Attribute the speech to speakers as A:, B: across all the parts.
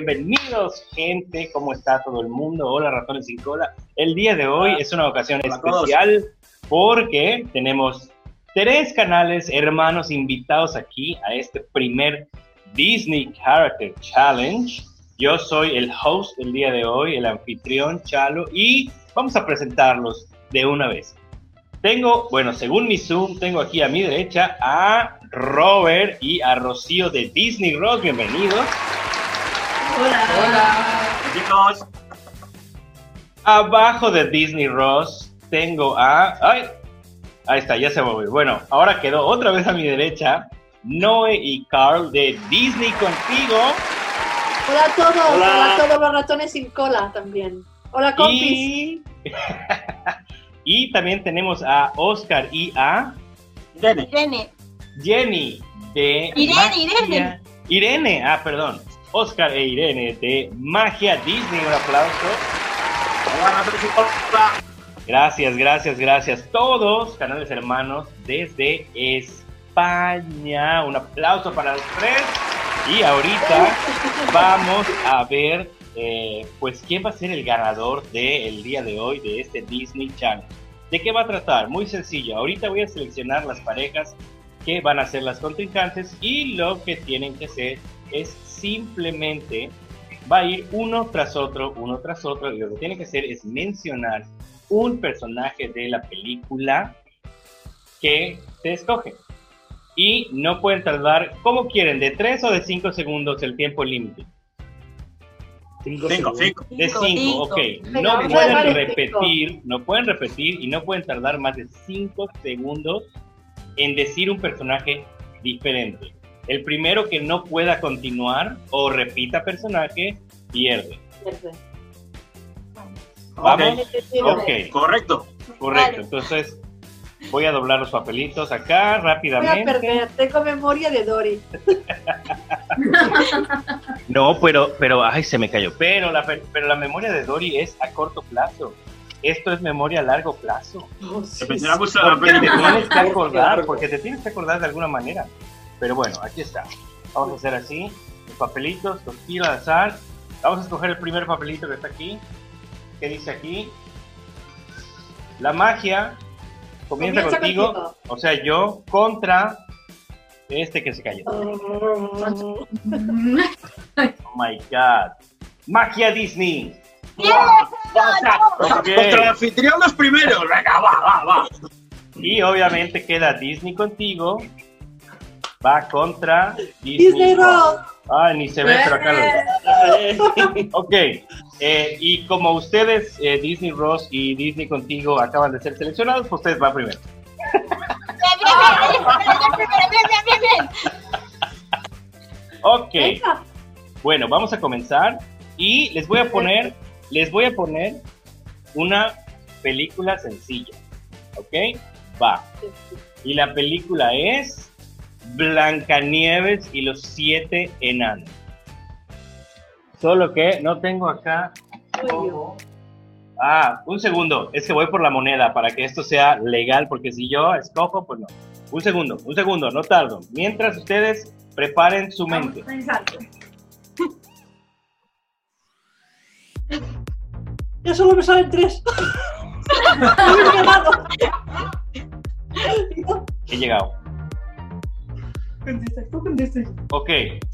A: Bienvenidos, gente. ¿Cómo está todo el mundo? Hola, ratones sin cola. El día de hoy es una ocasión especial porque tenemos 3 canales hermanos invitados aquí a este primer Disney Character Challenge. Yo soy el host del día de hoy, el anfitrión Chalo, y vamos a presentarlos de una vez. Tengo, bueno, según mi Zoom, tengo aquí a mi derecha a Robert y a Rocío de Disney Ross. Bienvenidos.
B: Hola.
C: Hola. Chicos.
A: Abajo de Disney Ross tengo a... ¡Ay! Ahí está, ya se movió. Bueno, ahora quedó otra vez a mi derecha Noé y Carl de Disney Contigo.
B: Hola a todos.
C: Hola.
B: Hola a todos los ratones sin cola también. Hola, compis.
A: Y también tenemos a Oscar y a
C: Irene.
A: Jenny de Irene, perdón. Oscar e Irene de Magia Disney. Un aplauso. Gracias. Todos canales hermanos desde España. Un aplauso para los 3. Y ahorita vamos a ver pues quién va a ser el ganador del día de hoy de este Disney Challenge. ¿De qué va a tratar? Muy sencillo. Ahorita voy a seleccionar las parejas que van a ser las contrincantes y lo que tienen que hacer es simplemente va a ir uno tras otro y lo que tienen que hacer es mencionar un personaje de la película que se escoge. Y no pueden tardar, ¿cómo quieren? ¿De 3 o de 5 segundos el tiempo límite?
C: 5.
A: De 5, ok.
B: Venga,
A: No pueden repetir y no pueden tardar más de 5 segundos en decir un personaje diferente. El primero que no pueda continuar o repita personaje, pierde. ¿Vamos? Ok.
C: Correcto.
A: Correcto. Entonces, voy a doblar los papelitos acá
B: Voy a
A: rápidamente.
B: perder. Tengo memoria de Dory.
A: No, pero, ay, se me cayó. Pero la memoria de Dory es a corto plazo. Esto es memoria a largo plazo.
C: Dependerá mucho de la
A: Porque te
C: película.
A: tienes que acordar de alguna manera. Pero bueno, aquí está. Vamos a hacer así. Los papelitos, los tiro al azar. Vamos a escoger el primer papelito que está aquí. ¿Qué dice aquí? La magia comienza contigo. O sea, yo contra este que se cayó. Oh my God. Magia Disney.
C: Contra el anfitrión los primeros. Venga, va.
A: Y obviamente queda Disney contigo. Va contra Disney
B: Ross.
A: Ah, ni se ve, pero acá lo Ok. Y como ustedes, Disney Ross y Disney contigo, acaban de ser seleccionados, pues ustedes van primero.
D: Bien.
A: Ok.
B: Venga.
A: Bueno, vamos a comenzar. Y les voy a poner una película sencilla. ¿Ok? Va. Y la película es Blancanieves y los 7 enanos. Solo que no tengo acá. Un segundo. Es que voy por la moneda para que esto sea legal, porque si yo escojo, pues no. Un segundo, no tardo. Mientras ustedes preparen su mente.
B: Ya solo me salen 3.
A: He llegado. Ok.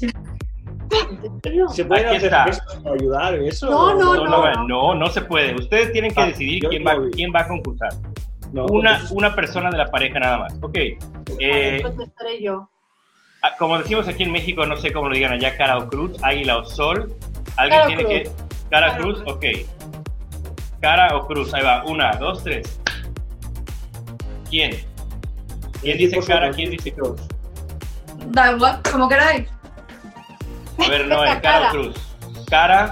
E: ¿Se pueden
A: Aquí
E: hacer
A: está.
E: gestos para ayudar en eso?
A: No se puede. Ustedes tienen que decidir quién va a concursar.
E: No,
A: Una persona de la pareja nada más. Ok.
B: Entonces estaré yo.
A: Como decimos aquí en México, no sé cómo lo digan allá, cara o cruz, águila o sol. Alguien
B: Cara o
A: tiene
B: cruz.
A: que... Cara o cruz, ok. Cara o cruz, ahí va. 1, 2, 3. ¿Quién? ¿Quién dice cara? ¿Quién dice cruz?
D: Da igual, como queráis.
A: A ver, no,
B: Venga,
A: cara o cruz. Cara.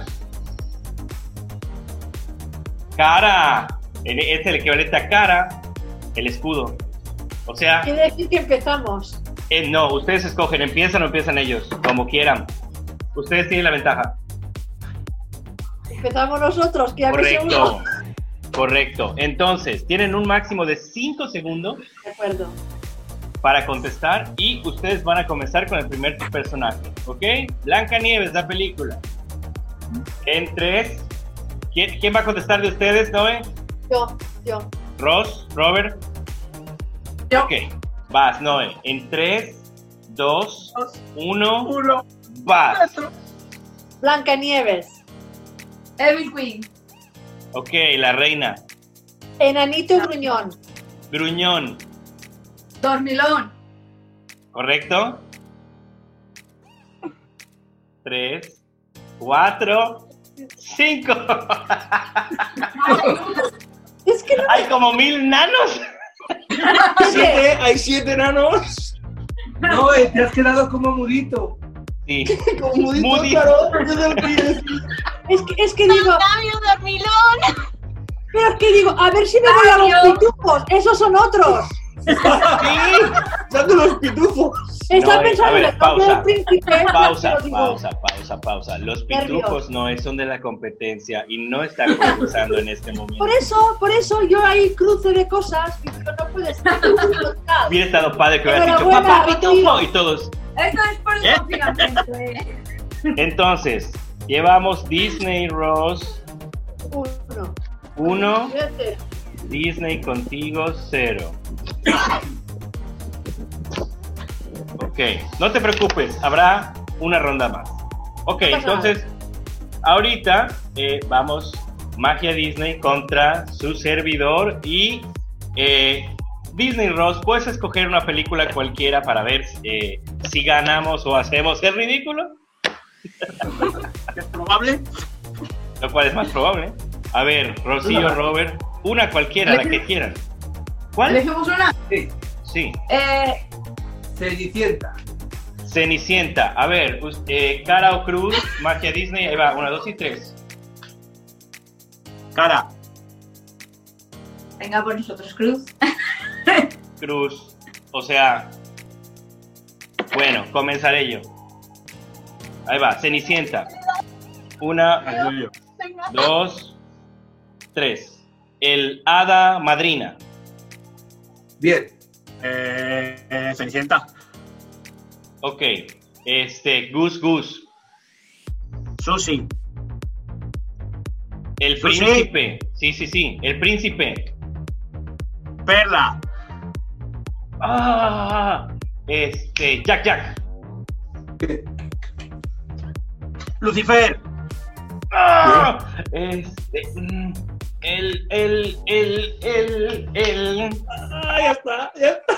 A: Es el equivalente a cara, el escudo. O sea,
B: Quiere decir que empezamos.
A: no, ustedes escogen, empiezan o empiezan ellos, como quieran. Ustedes tienen la ventaja.
B: Empezamos nosotros, que ya me sé uno.
A: Correcto. Entonces, tienen un máximo de 5 segundos
B: De acuerdo.
A: para contestar y ustedes van a comenzar con el primer personaje, ¿ok? Blancanieves, la película. En 3. ¿Quién va a contestar de ustedes, Noé?
B: Yo.
A: Ross, Robert.
D: Yo.
A: Ok, vas, Noé. En 3, 2, 1,
C: Uno.
A: vas.
B: Blancanieves.
D: Evil Queen.
A: Ok, la reina.
B: Enanito Gruñón.
A: Gruñón,
D: Dormilón.
A: ¿correcto? 3, 4, 5.
B: Es que no
A: Hay como 1000 nanos.
E: Hay 7 enanos.
F: No, te has quedado como mudito.
A: Sí.
E: Como mudito,
A: Moody.
E: claro. Yo no lo quería decir.
B: es que digo,
G: Octavio Dormilón.
B: pero es que digo, a ver si me voy a los pitufos. Esos son otros.
A: Sí.
E: Saco los pitufos.
B: Estaba
A: No,
B: pensando
A: a ver,
B: en el nombre
A: pausa.
B: del príncipe.
A: Pausa,
B: pero digo,
A: pausa. Los
B: Nervios.
A: pitufos no son de la competencia y no están concursando en este momento.
B: por eso yo ahí cruce de cosas y digo, no puede ser.
A: Hubiera estado padre que hubiera dicho
B: Enhorabuena,
A: papá pitufo
B: Rocío.
A: y todos.
D: Esto es por
C: ¿Qué?
D: el confinamiento.
A: Entonces, llevamos Disney Ross
B: Uno.
A: 1,
B: Fíjate.
A: Disney contigo 0. Ok, no te preocupes, habrá una ronda más. Ok,
B: No pasa
A: entonces, ahorita vamos Magia Disney contra su servidor y Disney Ross, puedes escoger una película cualquiera para ver si ganamos o hacemos el ridículo,
C: ¿Es probable?
A: lo cual es más probable. A ver, Rocío, Robert, una cualquiera, la que quieran. ¿Cuál?
D: Elegimos una.
F: Sí.
A: Sí.
F: Cenicienta.
A: Cenicienta. A ver, cara o cruz, Magia Disney. Ahí va, 1, 2 y 3.
C: Cara.
D: Venga, por nosotros, Cruz.
A: Cruz. O sea, bueno, comenzaré yo. Ahí va, Cenicienta. 1, 2, 3. El hada madrina.
F: Bien.
C: Cenicienta.
A: Ok. Goose Goose.
C: Susi.
A: El
C: Sushi.
A: príncipe. Sí. El príncipe.
C: Perla.
A: Ah. Jack.
C: Lucifer.
A: ¡Ah!
E: Ya está.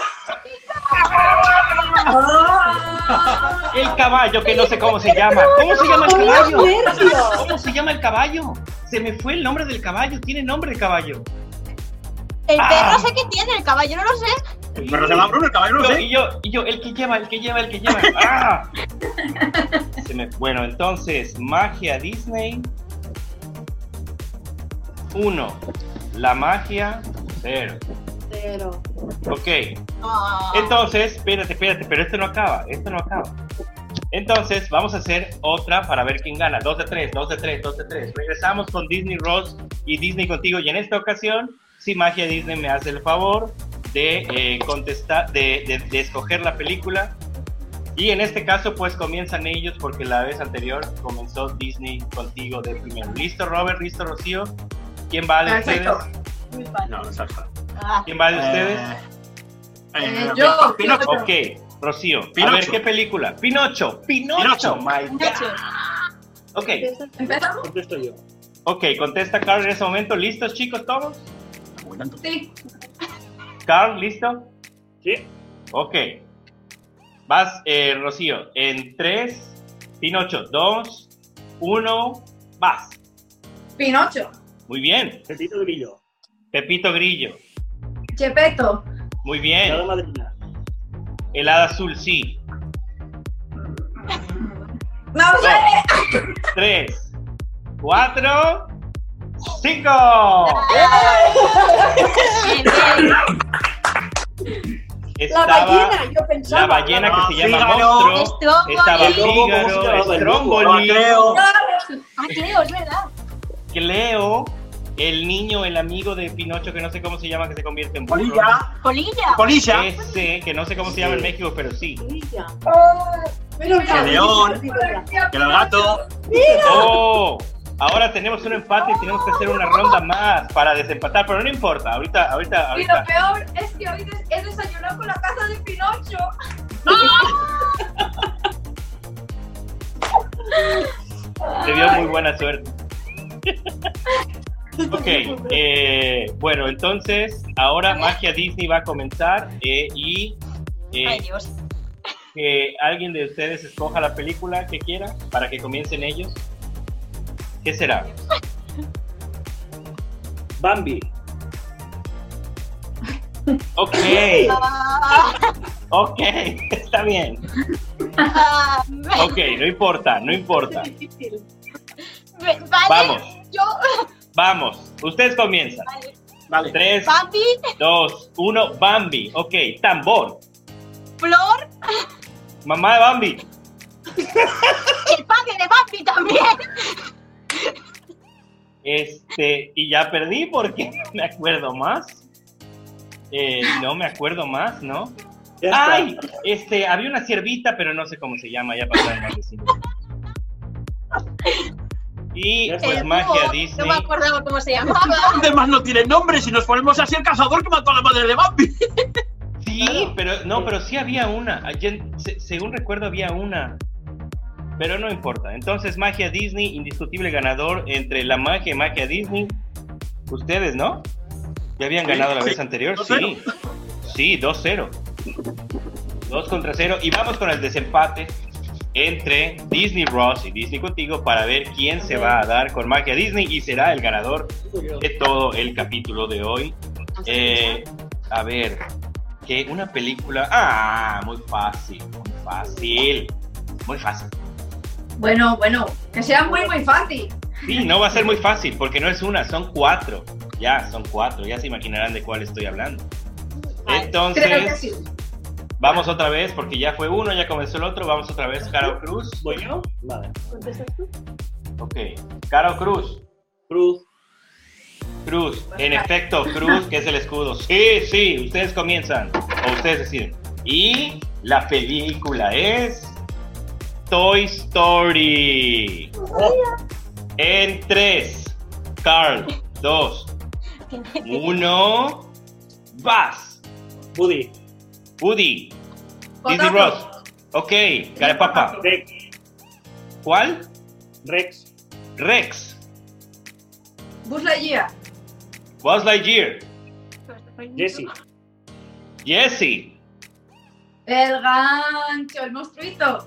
A: El caballo, que no sé cómo se llama. ¿Cómo se llama el
B: Con los
A: caballo?
B: nervios.
A: ¿Cómo se llama el caballo? Se me fue el nombre del caballo. Tiene nombre el caballo.
G: El
A: Ah.
G: perro sé que tiene, el caballo no lo sé.
C: El perro se llama Bruno, el caballo no lo sé.
A: Y yo, el que lleva. ¡Ah! Bueno, entonces, Magia Disney 1. La magia 0.
B: Cero.
A: Ok.
G: Ah.
A: Entonces, espérate, pero esto no acaba. Entonces, vamos a hacer otra para ver quién gana. 2 de 3. Regresamos con Disney Ross y Disney contigo. Y en esta ocasión, si Magia Disney me hace el favor de contestar, de escoger la película. Y en este caso, pues comienzan ellos porque la vez anterior comenzó Disney contigo de primero. ¿Listo, Robert? ¿Listo, Rocío? ¿Quién va de
D: Perfecto.
A: ustedes?
G: Muy fácil.
C: No, salsa.
G: Ah.
A: ¿Quién va de ustedes?
D: Yo.
C: Pinocho.
A: Ok, Rocío. A
C: Pinocho.
A: ver, ¿qué película? Pinocho.
C: Pinocho.
A: My God.
G: Nacho.
A: Ok,
D: ¿Empezamos?
E: Contesto yo.
A: ok, contesta Carl en ese momento. ¿Listos, chicos, todos?
D: Sí.
A: Carl, ¿listo?
E: Sí.
A: Ok. Vas, Rocío. En 3, Pinocho, 2, 1, vas.
D: Pinocho.
A: Muy bien.
E: Pepito Grillo.
A: Pepito Grillo.
D: Chepeto.
A: Muy
E: La
A: bien.
E: madrina.
A: El hada azul, sí.
D: No sé.
A: 3, 4, 5.
G: Bien, bien.
B: La
A: Estaba
B: ballena, yo pensaba.
A: la ballena que se llama
C: Fígaro.
A: Monstruo. Estaba
G: Stromboli.
E: ¿Cómo se
A: Fígaro,
E: llamaba el
A: Stromboli,
C: Creo.
G: Ah, Cleo, es verdad.
A: Cleo, el niño, el amigo de Pinocho que no sé cómo se llama, que se convierte en burro.
C: Polilla.
G: Polilla.
C: Polilla.
A: Ese, que no sé cómo se llama en México, pero sí.
B: Polilla. Menos
C: Que
B: mal.
C: león. Que el gato.
A: ¡Oh! Ahora tenemos un empate y tenemos que hacer una ronda más para desempatar, pero no importa. Ahorita.
D: Y lo peor es que hoy he desayunado con la casa de Pinocho.
A: Te dio muy buena suerte. Ok, bueno, entonces ahora Magia Disney va a comenzar y
G: Ay, Dios.
A: que alguien de ustedes escoja la película que quiera para que comiencen ellos. ¿Qué será?
E: Bambi.
A: Ok, ok, está bien. Ok, no importa.
G: Vale,
A: Vamos.
G: yo.
A: Vamos, ustedes comienzan.
C: Vale.
A: 3,
G: Bambi,
A: 2, 1, Bambi. Ok, tambor.
G: Flor,
A: Mamá de Bambi.
G: el padre de Bambi también.
A: Y ya perdí porque no me acuerdo más. No me acuerdo más, ¿no?
E: Ya está.
A: ¡Ay! Había una ciervita, pero no sé cómo se llama, ya pasaron más de 5 minutos. Y
E: Ya
A: pues
E: está.
A: Magia
G: No
A: Disney.
G: me acordaba cómo se llamaba.
C: Además no tiene nombre si nos ponemos así el cazador que mató a la madre de Bambi.
A: Sí, pero sí había una. Según recuerdo había una. Pero no importa. Entonces Magia Disney, indiscutible ganador entre la magia y Magia Disney. Ustedes, ¿no? ¿Ya habían ganado la vez anterior? Sí. Sí, 2-0. 2-0. Y vamos con el desempate entre Disney Ross y Disney Contigo para ver quién se va a dar con Magia Disney y será el ganador de todo el capítulo de hoy. A ver, que una película... Ah, muy fácil.
D: Bueno, que sea muy fácil.
A: Sí, no va a ser muy fácil porque no es una, son 4. Ya, son 4, ya se imaginarán de cuál estoy hablando.
D: Creo que
A: Entonces,
D: sí.
A: vamos otra vez porque ya fue uno, ya comenzó el otro. Vamos otra vez, Caro Cruz.
E: ¿Voy yo? Vale.
B: ¿Contestas tú?
A: Ok, Caro Cruz.
E: Cruz.
A: Cruz, en efecto, Cruz, que es el escudo. Sí, ustedes comienzan o ustedes deciden. Y la película es Toy Story. En 3, Carl, 2, 1, vas.
E: Woody.
A: Woody,
D: Potato.
A: Disney Ross. Ok, Carapapa.
E: Rex.
A: ¿Cuál?
E: Rex.
A: Rex.
D: Buzz Lightyear.
A: Buzz Lightyear.
E: Jessie.
A: Jessie.
D: El gancho, el monstruito.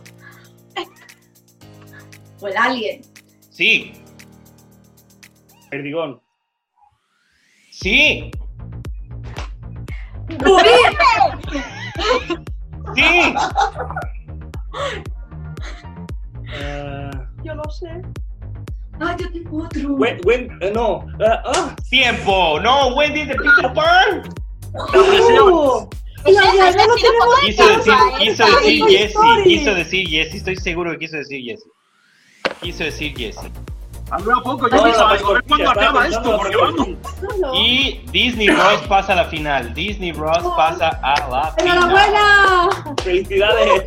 D: O el alien.
A: Sí.
E: Perdigón.
A: Sí.
D: ¡Rubí!
A: Sí.
B: Yo lo sé.
D: ¡Ay, yo tengo otro!
E: No.
A: Tiempo. No, Wendy de Peter Pan.
B: Ya lo tenemos.
A: Quiso decir
B: Toy
A: Jessie.
B: Story.
A: Quiso decir Jessie. Estoy seguro que quiso decir Jessie. Quiso decir Jessie.
C: Habla poco, yo pensaba, a ver cuándo acaba esto, porque vamos.
A: Y Disney Ross pasa a la final. Disney Ross pasa a la final.
B: ¡Enhorabuena!
E: Felicidades.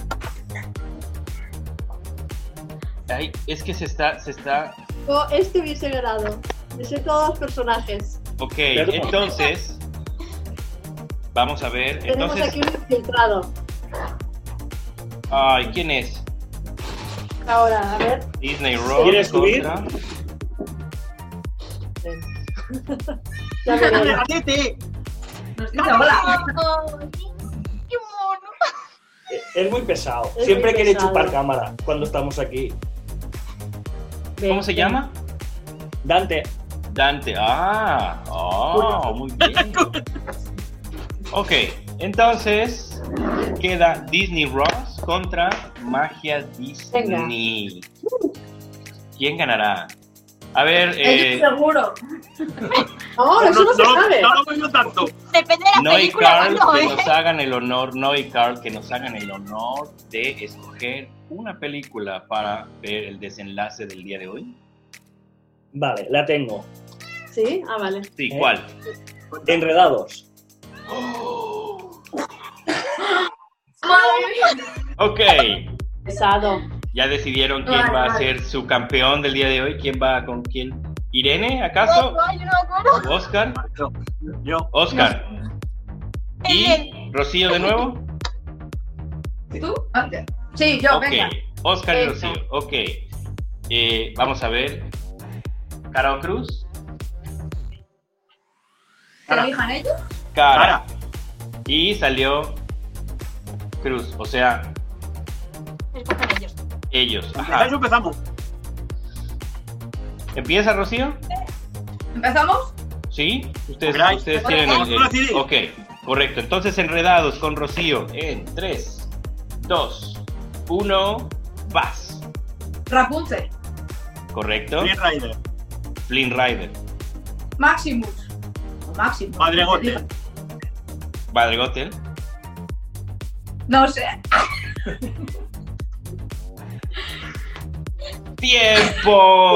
A: Ay, es que se está.
B: Yo hubiese ganado. Me sé todos los personajes.
A: Ok,
E: Perdón.
A: entonces. Vamos a ver.
B: Tenemos
A: Entonces.
B: aquí un infiltrado.
A: Ay, ¿quién es?
B: Ahora, a ver.
A: Disney Ross.
E: ¿Quieres subir?
A: contra-
B: Ya veremos.
C: ¡Gatete!
D: Nos dice hola.
G: ¡Qué mono!
E: Es muy pesado.
B: Es
E: Siempre
B: muy
E: quiere
B: pesado.
E: chupar cámara cuando estamos aquí.
A: ¿Cómo se llama?
E: Dante.
A: Dante. Muy bien. Ok, entonces queda Disney Ross contra Magia Disney. ¿Quién ganará? A ver,
D: Estoy seguro.
B: No, eso no se sabe.
C: No lo veo tanto.
G: Depende de la
A: Noé y
G: película,
A: Carl,
G: ¿no?
A: que nos hagan el honor, Noé y Carl, que nos hagan el honor de escoger una película para ver el desenlace del día de hoy.
E: Vale, la tengo.
B: ¿Sí? Ah, vale.
A: Sí, ¿cuál?
E: Enredados.
A: Ok,
B: Pesado.
A: ¿Ya decidieron quién va a ser su campeón del día de hoy? ¿Quién va con quién? ¿Irene, acaso?
G: No, yo no me acuerdo.
A: ¿Oscar?
C: Yo.
A: Oscar. ¿Y Rocío de nuevo?
D: ¿Tú? Antes. Sí, yo,
A: Ok,
D: venga.
A: Oscar y
D: Venga.
A: Rocío, ok. Vamos a ver. ¿Cara o Cruz?
D: ¿Que lo elijan ellos?
A: Cara. Y salió Cruz, o sea,
G: Escogen ellos.
A: ellos.
C: Eso
A: Ajá.
C: empezamos.
A: ¿Empieza, Rocío?
D: ¿Empezamos?
A: ¿Sí? Ustedes
C: Queráis.
A: tienen
C: Vamos a decidir.
A: Ok, correcto. Entonces, enredados con Rocío en 3, 2, 1, vas.
D: Rapunzel.
A: ¿Correcto?
C: Flynn Rider.
A: Flynn Rider.
D: Maximus. O Maximus.
C: Madregote.
A: Badregotel.
D: No sé.
A: ¡Tiempo!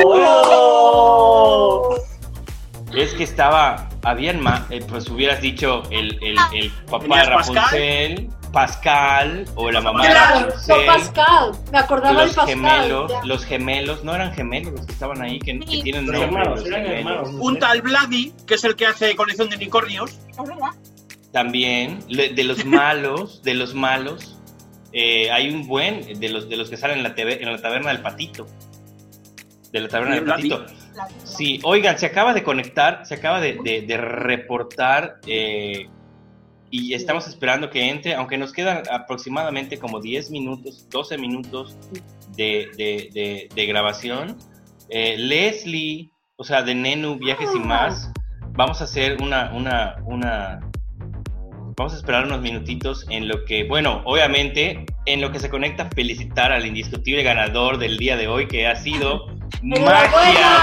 E: ¡Oh!
A: Es que habían más, pues hubieras dicho el papá de
C: ¿Tenías Pascal?
A: Rapunzel, Pascal, o la mamá
B: Claro,
A: de
B: con
A: Rapunzel,
B: Pascal. Me acordaba del Pascal. ya.
A: los gemelos, no eran gemelos los que estaban ahí, que tienen
E: Los
A: nombre,
E: hermanos,
A: los
E: eran
A: gemelos.
E: hermanos. no
C: Un
E: sé.
C: tal Vladi, que es el que hace colección de unicornios.
G: Es verdad.
A: También, de los malos, hay un buen, de los que salen en la taberna del patito. De la taberna
C: ¿Y
A: del
C: Vladi?
A: patito. Sí, oigan, se acaba de conectar, se acaba de reportar y estamos esperando que entre, aunque nos quedan aproximadamente como 10 minutos, 12 minutos de grabación. Leslie, o sea, de Nenu Viajes y Más, vamos a hacer vamos a esperar unos minutitos en lo que, bueno, obviamente, en lo que se conecta, felicitar al indiscutible ganador del día de hoy, que ha sido
B: ¡Enhorabuena!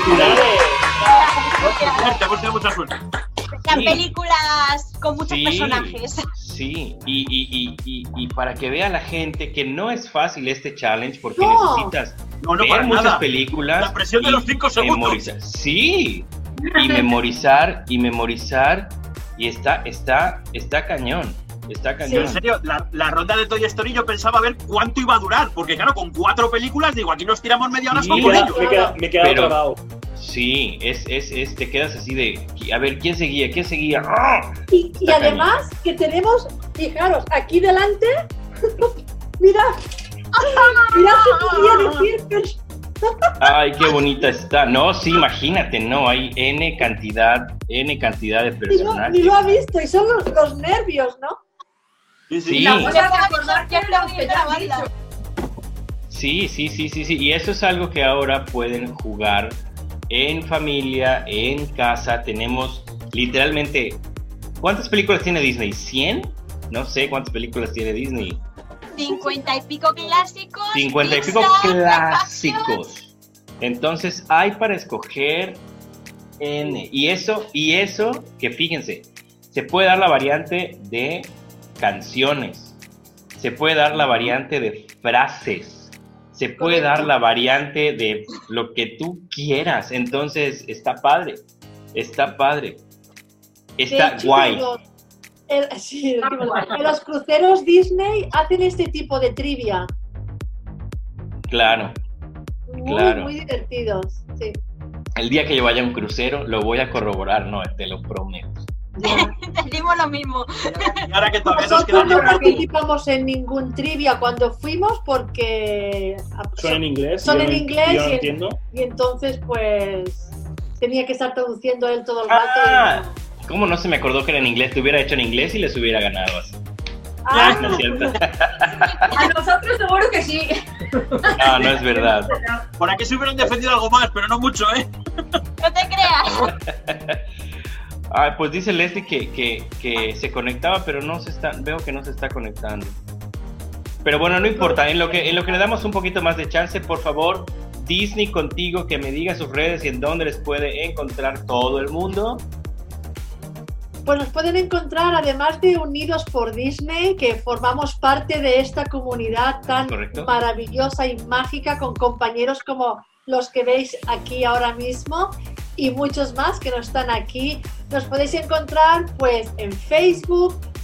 C: Suerte, hemos tenido mucha suerte.
G: Sean
A: Sí.
G: películas con muchos
A: Sí,
G: personajes.
A: Sí, y para que vea la gente que no es fácil este challenge, porque
B: No.
A: necesitas
C: No,
A: ver
C: para
A: muchas
C: nada.
A: películas.
C: La presión de
A: y
C: los 5 segundos.
A: memorizar. Sí, y memorizar, y está cañón, está cañón.
C: En serio, la ronda de Toy Story yo pensaba ver cuánto iba a durar, porque claro, con 4 películas, digo, aquí nos tiramos media hora
A: Sí.
C: solo con ellos.
E: Me he quedado
A: Pero-
E: atorado.
A: Sí, te quedas así de, a ver, ¿quién seguía? ¡Ah!
B: Y
A: Está
B: además que tenemos, fijaros, aquí delante, mira, mira qué podía decir, pero
A: Ay, qué bonita está. No, sí, imagínate, no, hay N cantidad de personajes.
B: ni lo ha visto, y son los nervios, ¿no?
A: Sí.
D: La cosa es
G: Ya
D: recordar que
G: ya
D: es lo que ya has
G: grabarla.
D: dicho.
A: Sí. Y eso es algo que ahora pueden jugar en familia, en casa. Tenemos literalmente... ¿Cuántas películas tiene Disney? ¿100? No sé cuántas películas tiene Disney.
G: 50 y pico clásicos.
A: 50 y pico
G: Pixar,
A: clásicos. Entonces hay para escoger N. Y eso, que fíjense, se puede dar la variante de canciones, se puede dar la variante de frases, se puede dar la variante de lo que tú quieras. Entonces está padre, está
B: De hecho,
A: guay.
B: En los cruceros Disney hacen este tipo de trivia.
A: Claro.
B: Muy,
A: Claro.
B: muy divertidos. Sí.
A: El día que yo vaya a un crucero lo voy a corroborar, no, te lo prometo.
G: Decimos lo mismo.
C: Y ahora que todavía nos
B: Nosotros no
C: quedan...
B: participamos en ningún trivia cuando fuimos porque
E: Son en inglés.
B: Son
E: yo
B: en
E: no-
B: inglés
E: Yo no
B: y-
E: entiendo.
B: y entonces pues tenía que estar traduciendo él todo el rato.
A: Ah, ¿cómo no se me acordó que era en inglés? Te hubiera hecho en inglés y les hubiera ganado así.
B: Ah,
A: No es cierto.
D: A nosotros seguro que sí.
A: No es verdad.
C: Por aquí se hubieran defendido algo más, pero no mucho, ¿eh?
G: No te creas.
A: Ah, pues dice Leslie que se conectaba, pero veo que no se está conectando. Pero bueno, no importa, en lo que le damos un poquito más de chance, por favor, Disney contigo, que me diga sus redes y en dónde les puede encontrar todo el mundo.
B: Pues nos pueden encontrar, además de Unidos por Disney, que formamos parte de esta comunidad tan
A: Correcto.
B: maravillosa y mágica, con compañeros como los que veis aquí ahora mismo y muchos más que no están aquí. Nos podéis encontrar pues en Facebook,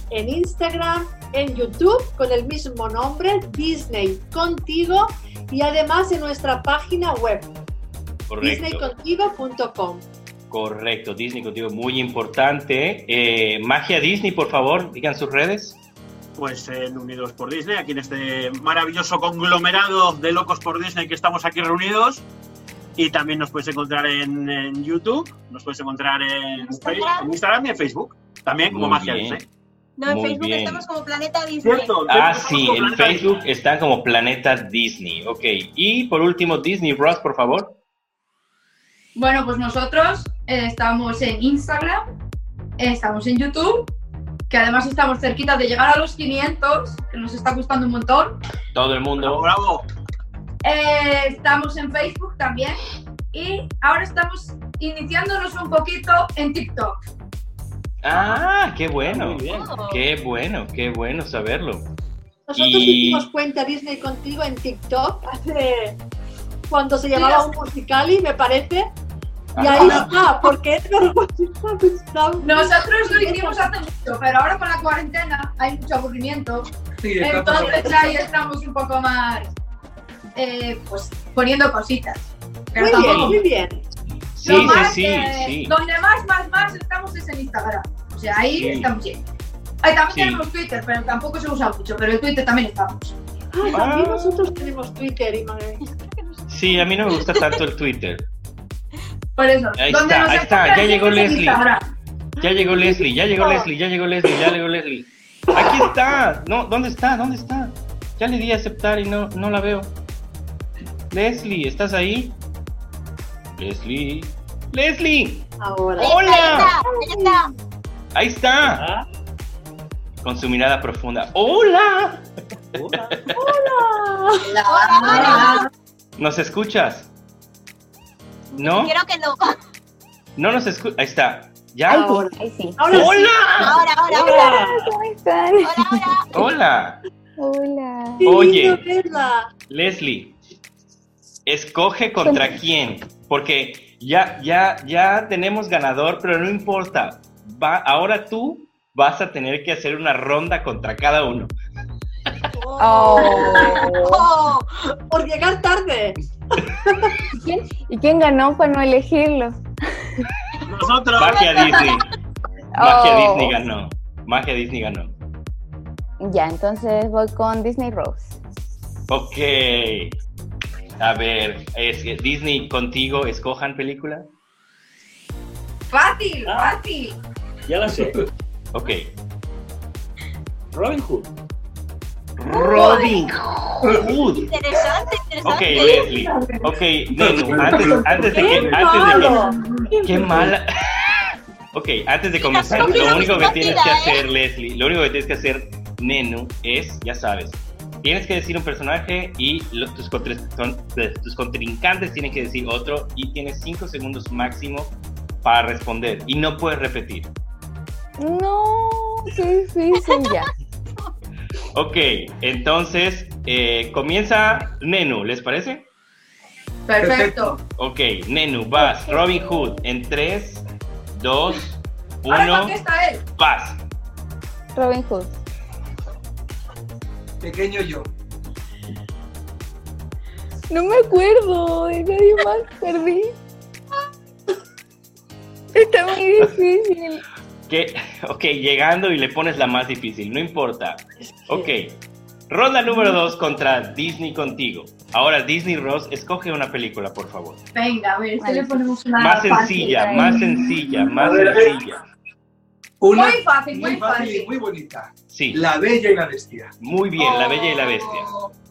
B: en Instagram, en YouTube con el mismo nombre, Disney Contigo, y además en nuestra página web,
A: Correcto.
B: disneycontigo.com.
A: Correcto, Disney Contigo, muy importante. Magia Disney, por favor, digan sus redes.
C: Pues en Unidos por Disney, aquí en este maravilloso conglomerado de locos por Disney que estamos aquí reunidos. Y también nos puedes encontrar en YouTube, nos puedes encontrar en Instagram y en Facebook. También como
A: Muy
C: Magia
A: bien.
C: Disney.
G: No, en
A: Muy
G: Facebook
A: bien.
G: estamos como Planeta Disney.
C: ¿Cierto?
A: Sí, en Facebook están como Planeta Disney. Ok, y por último, Disney Ross, por favor.
D: Bueno, pues nosotros estamos en Instagram, estamos en YouTube, que además estamos cerquita de llegar a los 500, que nos está gustando un montón.
A: Todo el mundo.
C: Bravo.
D: Estamos en Facebook también y ahora estamos iniciándonos un poquito en TikTok.
A: Ah, qué bueno.
E: Muy bien.
A: Qué bueno saberlo.
B: Nosotros hicimos cuenta Disney Contigo en TikTok hace cuando se llamaba un Musical.ly, me parece. Y ahí está, porque es vergonzoso.
D: Nosotros lo hicimos hace mucho, pero ahora con la cuarentena hay mucho aburrimiento.
F: Sí, está todo.
D: Entonces ahí estamos un poco más, pues poniendo cositas. Pero
B: Muy bien,
D: tampoco-
B: muy bien.
A: Sí,
D: Lo más,
A: sí.
D: Donde más estamos es en Instagram. O sea, ahí
A: Sí.
D: estamos bien. Ahí también
A: Sí.
D: tenemos Twitter, pero tampoco se usa mucho. Pero en Twitter también estamos.
B: Ay, también nosotros tenemos Twitter y madre mía.
A: Sí, a mí no me gusta tanto el Twitter.
D: Por eso.
A: Ahí
D: donde
A: está,
D: nos
A: ahí está,
D: encuentran
A: ya llegó
D: es en
A: Leslie.
D: Instagram.
A: Ya llegó Leslie. Aquí está. No, ¿dónde está? Ya le di a aceptar y no la veo. Leslie, ¿estás ahí? Leslie.
B: Ahora.
A: ¡Hola!
G: Ahí está.
A: Ahí está.
E: Ah,
A: Con su mirada profunda. ¡Hola!
E: hola.
G: Hola.
A: ¿Nos escuchas? ¿No?
G: Quiero que no.
A: No nos escuchas. Ahí está. ¿Ya?
B: Ahora.
H: Ahí sí.
B: Ahora sí.
A: ¡Hola!
G: Ahora.
H: ¿Cómo están?
A: ¡Hola!
H: Hola.
B: Qué
A: Oye.
B: lindo verla.
A: Leslie, escoge contra quién, porque ya tenemos ganador, pero no importa. Ahora tú vas a tener que hacer una ronda contra cada uno.
G: Oh.
B: Por llegar tarde.
H: ¿Y quién ganó para no elegirlo?
C: Nosotros.
A: Magia Disney.
H: Oh.
A: Magia Disney ganó.
H: Ya, entonces voy con Disney Rose.
A: Ok. A ver, es que Disney Contigo, escojan película.
D: Fácil,
E: Ah.
D: fácil.
E: Ya la sé.
A: Ok.
E: Robin Hood.
A: Robin Hood.
G: Interesante.
A: Ok, Leslie. Ok, Nenu, antes de que... ¡Qué mala! Ok, antes de comenzar, lo único que tienes que hacer, Leslie, lo único que tienes que hacer, Nenu, es, ya sabes, tienes que decir un personaje y tus contrincantes tienen que decir otro y tienes 5 segundos máximo para responder y no puedes repetir.
H: No, qué difícil ya.
A: Ok, entonces comienza Nenu, ¿les parece?
D: Perfecto.
A: Ok, Nenu, vas, Robin Hood, en 3, 2,
D: Ahora
A: 1,
D: contesta él.
A: vas.
H: Robin Hood.
F: Pequeño yo.
H: No me acuerdo de nadie más, perdí. Está muy difícil.
A: Ok, llegando y le pones la más difícil, no importa. Ok, ronda número 2 contra Disney Contigo. Ahora Disney Ross, escoge una película, por favor.
D: Venga, a ver, este
H: Vale.
D: le ponemos una
A: Más
D: fácil.
A: sencilla, más sencilla, más
F: A ver,
A: sencilla.
F: Una
D: Muy fácil,
F: muy
D: muy
F: fácil y
D: fácil.
F: muy bonita.
A: Sí,
F: La Bella y la Bestia.
A: muy bien, La Bella y la Bestia.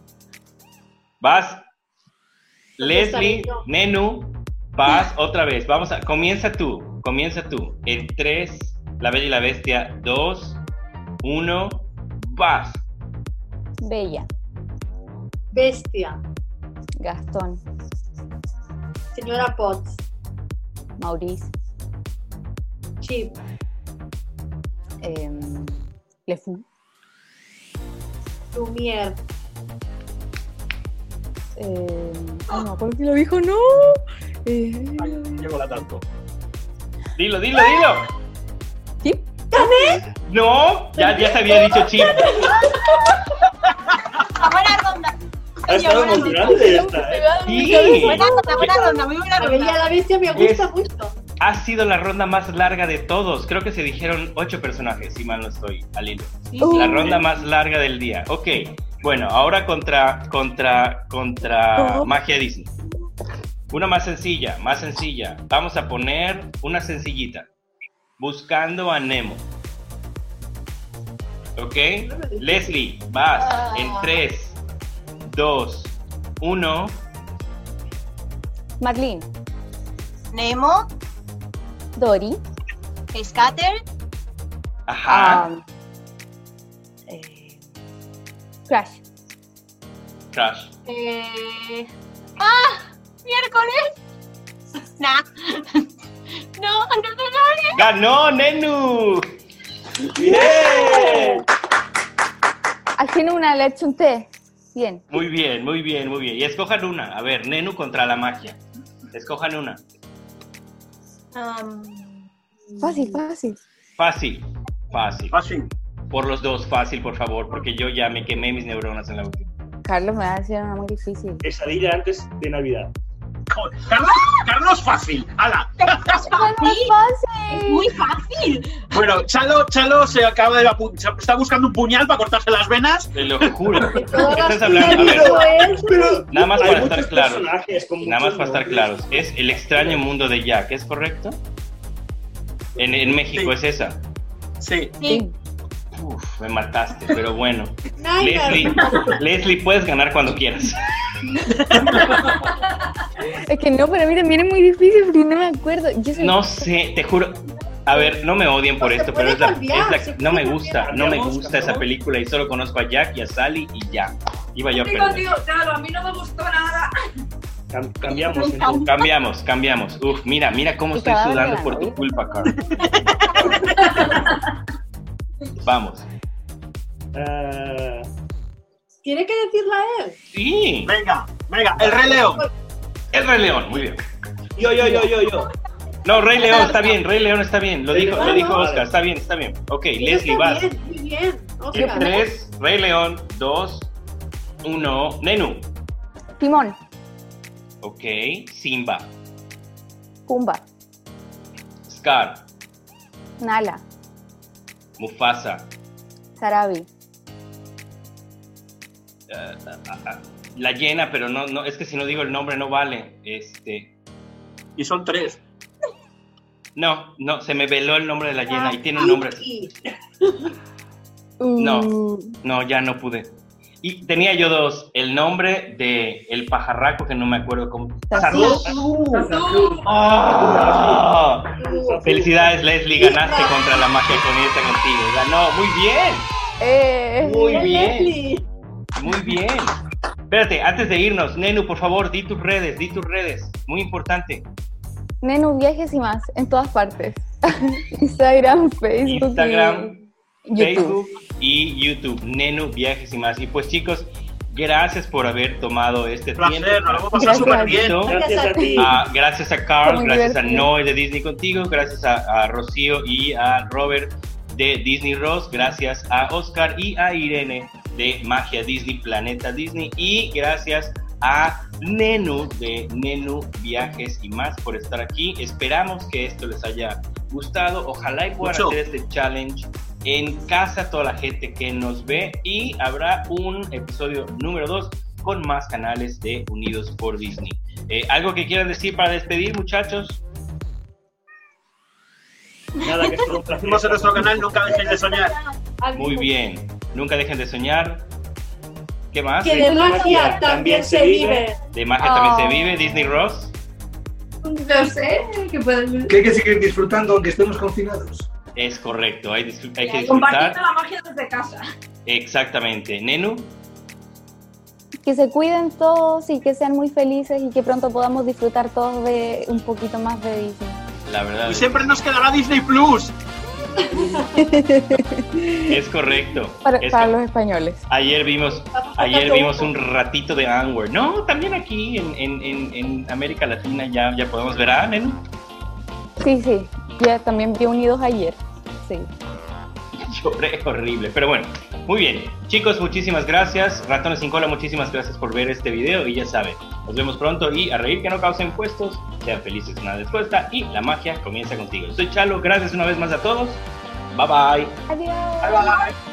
A: Vas, Leslie,
B: yo.
A: Nenu, vas otra vez. Comienza tú. En 3, La Bella y la Bestia, 2, 1, vas.
H: Bella.
B: Bestia.
H: Gastón.
B: Señora Potts.
H: Maurice.
B: Chip.
H: Le Fou.
B: Lumière.
H: No, ¿por qué lo dijo? No.
E: Llegó la tanto.
A: Dilo.
H: ¿Sí?
A: No, ya se había dicho Chip.
G: Buena ronda.
E: Ha estado emocionante esta, ¿eh?
A: Sí.
G: Buena ronda, muy buena
B: La Bella y
G: ronda.
B: la Bestia me gusta
A: Es-
B: mucho.
A: Ha sido la ronda más larga de todos. Creo que se dijeron 8 personajes, si mal no estoy al hilo. La ronda más larga del día. Ok, bueno, ahora contra Magia Disney. Una más sencilla. Vamos a poner una sencillita. Buscando a Nemo. Ok, Leslie, vas en 3, 2, 1.
H: Marlene,
G: Nemo,
H: Dory,
G: Scatter,
A: Ajá,
H: Crash,
A: Crash.
G: miércoles. Nah. No, nadie.
A: ¡Ganó, Nenu!
E: ¡Bien!
H: al fin una le he hecho un té. Bien.
A: Muy bien. Y escojan una. A ver, Nenu contra la magia. Escojan una.
H: Fácil.
A: Fácil.
C: Fácil.
A: Por los dos, fácil, por favor, porque yo ya me quemé mis neuronas en la última.
H: Carlos me va a decir una muy difícil.
E: Pesadilla antes de Navidad.
C: Joder, Carlos fácil. ¡Hala!
H: ¡Es
G: Es
H: fácil!
G: muy fácil.
C: Bueno, Chalo se acaba de está buscando un puñal para cortarse las venas.
A: Te lo juro.
B: Todas las
A: Estás hablando, a ver,
B: es...
E: Pero
A: nada más
E: hay
A: para
E: muchos
A: estar claros.
E: personajes con
A: Nada más
E: muchos
A: para estar
E: nombres.
A: claros. Es El extraño mundo de Jack, ¿es correcto? En México
C: Sí.
A: es esa.
C: Sí.
G: Sí.
A: Uf, me mataste, pero bueno.
B: Nightmare.
A: Leslie, puedes ganar cuando quieras.
H: Es que no, para mí también es muy difícil porque no me acuerdo. Yo soy...
A: No sé, te juro. A ver, no me odien por
B: No se
A: esto, pero
B: puede cambiar, se
A: no me
B: puede
A: gusta,
E: cambiar.
A: no me
E: Cambiamos,
A: gusta esa
E: cambiamos.
A: película y solo conozco a Jack y a Sally y ya. Iba yo a
D: Estoy
A: perder.
D: contigo, claro, a mí no me gustó nada.
E: Cambiamos. entonces.
A: Cambiamos. Uf, mira cómo
H: Y
A: estoy
H: cada vez
A: sudando
H: gana,
A: por tu
H: ¿viste?
A: culpa, Carl. Vamos.
B: Tiene que decirla él.
A: Sí,
C: Venga, el Rey León.
A: el Rey León, muy bien.
E: Yo.
A: No, Rey León está bien, lo dijo
E: Vale.
A: Oscar, está bien. Ok, Leslie,
B: Está
A: vas.
B: bien, muy bien.
A: En
B: Oscar.
A: 3, Rey León, 2, 1, Nenu.
H: Timón,
A: Ok, Simba,
H: Pumba,
A: Scar,
H: Nala,
A: Mufasa,
H: Sarabi,
A: la llena, pero no, es que si no digo el nombre no vale.
C: Y son 3.
A: No, se me veló el nombre de la llena y tiene un nombre así. No, ya no pude. Y tenía yo 2, el nombre de el pajarraco que no me acuerdo cómo. ¡Ah! Felicidades, Leslie, ganaste contra la magia comienza contigo. Ganó, muy bien. Muy bien. Espérate, antes de irnos, Nenu, por favor, di tus redes. Muy importante.
H: Nenu, viajes y más, en todas partes. Instagram, Facebook. y YouTube.
A: Facebook y YouTube. Nenu, viajes y más. Y pues, chicos, gracias por haber tomado este
C: Placer,
A: tiempo.
C: nos lo hemos pasado súper bien.
E: Gracias a ti.
A: Gracias a Carl,
H: Muy
A: gracias a
H: divertido.
A: Noé de Disney Contigo, gracias a Rocío y a Robert de Disney Ross, gracias a Oscar y a Irene de Magia Disney, Planeta Disney, y gracias a Nenu de Nenu Viajes y Más por estar aquí. Esperamos que esto les haya gustado, ojalá y puedan
C: Mucho.
A: hacer este challenge en casa, toda la gente que nos ve, y habrá un episodio número 2 con más canales de Unidos por Disney. ¿Algo que quieran decir para despedir, muchachos?
E: Nada, que es todo un placer.
C: Estamos en nuestro canal, nunca dejen de soñar.
A: Muy bien, nunca dejen de soñar. ¿Qué más?
B: Que de magia también se vive.
A: De magia también se vive, Disney Ross.
D: No sé, ¿qué puedes
F: Que hay que seguir disfrutando aunque estemos confinados.
A: Es correcto, hay que disfrutar.
D: compartiendo la magia desde casa.
A: Exactamente. Nenu,
H: Que se cuiden todos y que sean muy felices y que pronto podamos disfrutar todos de un poquito más de Disney.
A: la verdad
C: Y siempre nos quedará Disney Plus.
A: es correcto.
H: Para los españoles.
A: Ayer vimos un ratito de Onward. No, también aquí en América Latina ya podemos ver a Nenu.
H: Sí, ya también vi Unidos ayer. Sí.
A: Lloré horrible, pero bueno, muy bien. Chicos, muchísimas gracias. Ratones sin cola, muchísimas gracias por ver este video. Y ya saben, nos vemos pronto y a reír que no causen impuestos. Sean felices una respuesta y la magia comienza contigo. Soy Chalo, gracias una vez más a todos. Bye bye.
H: Adiós.
A: Bye bye.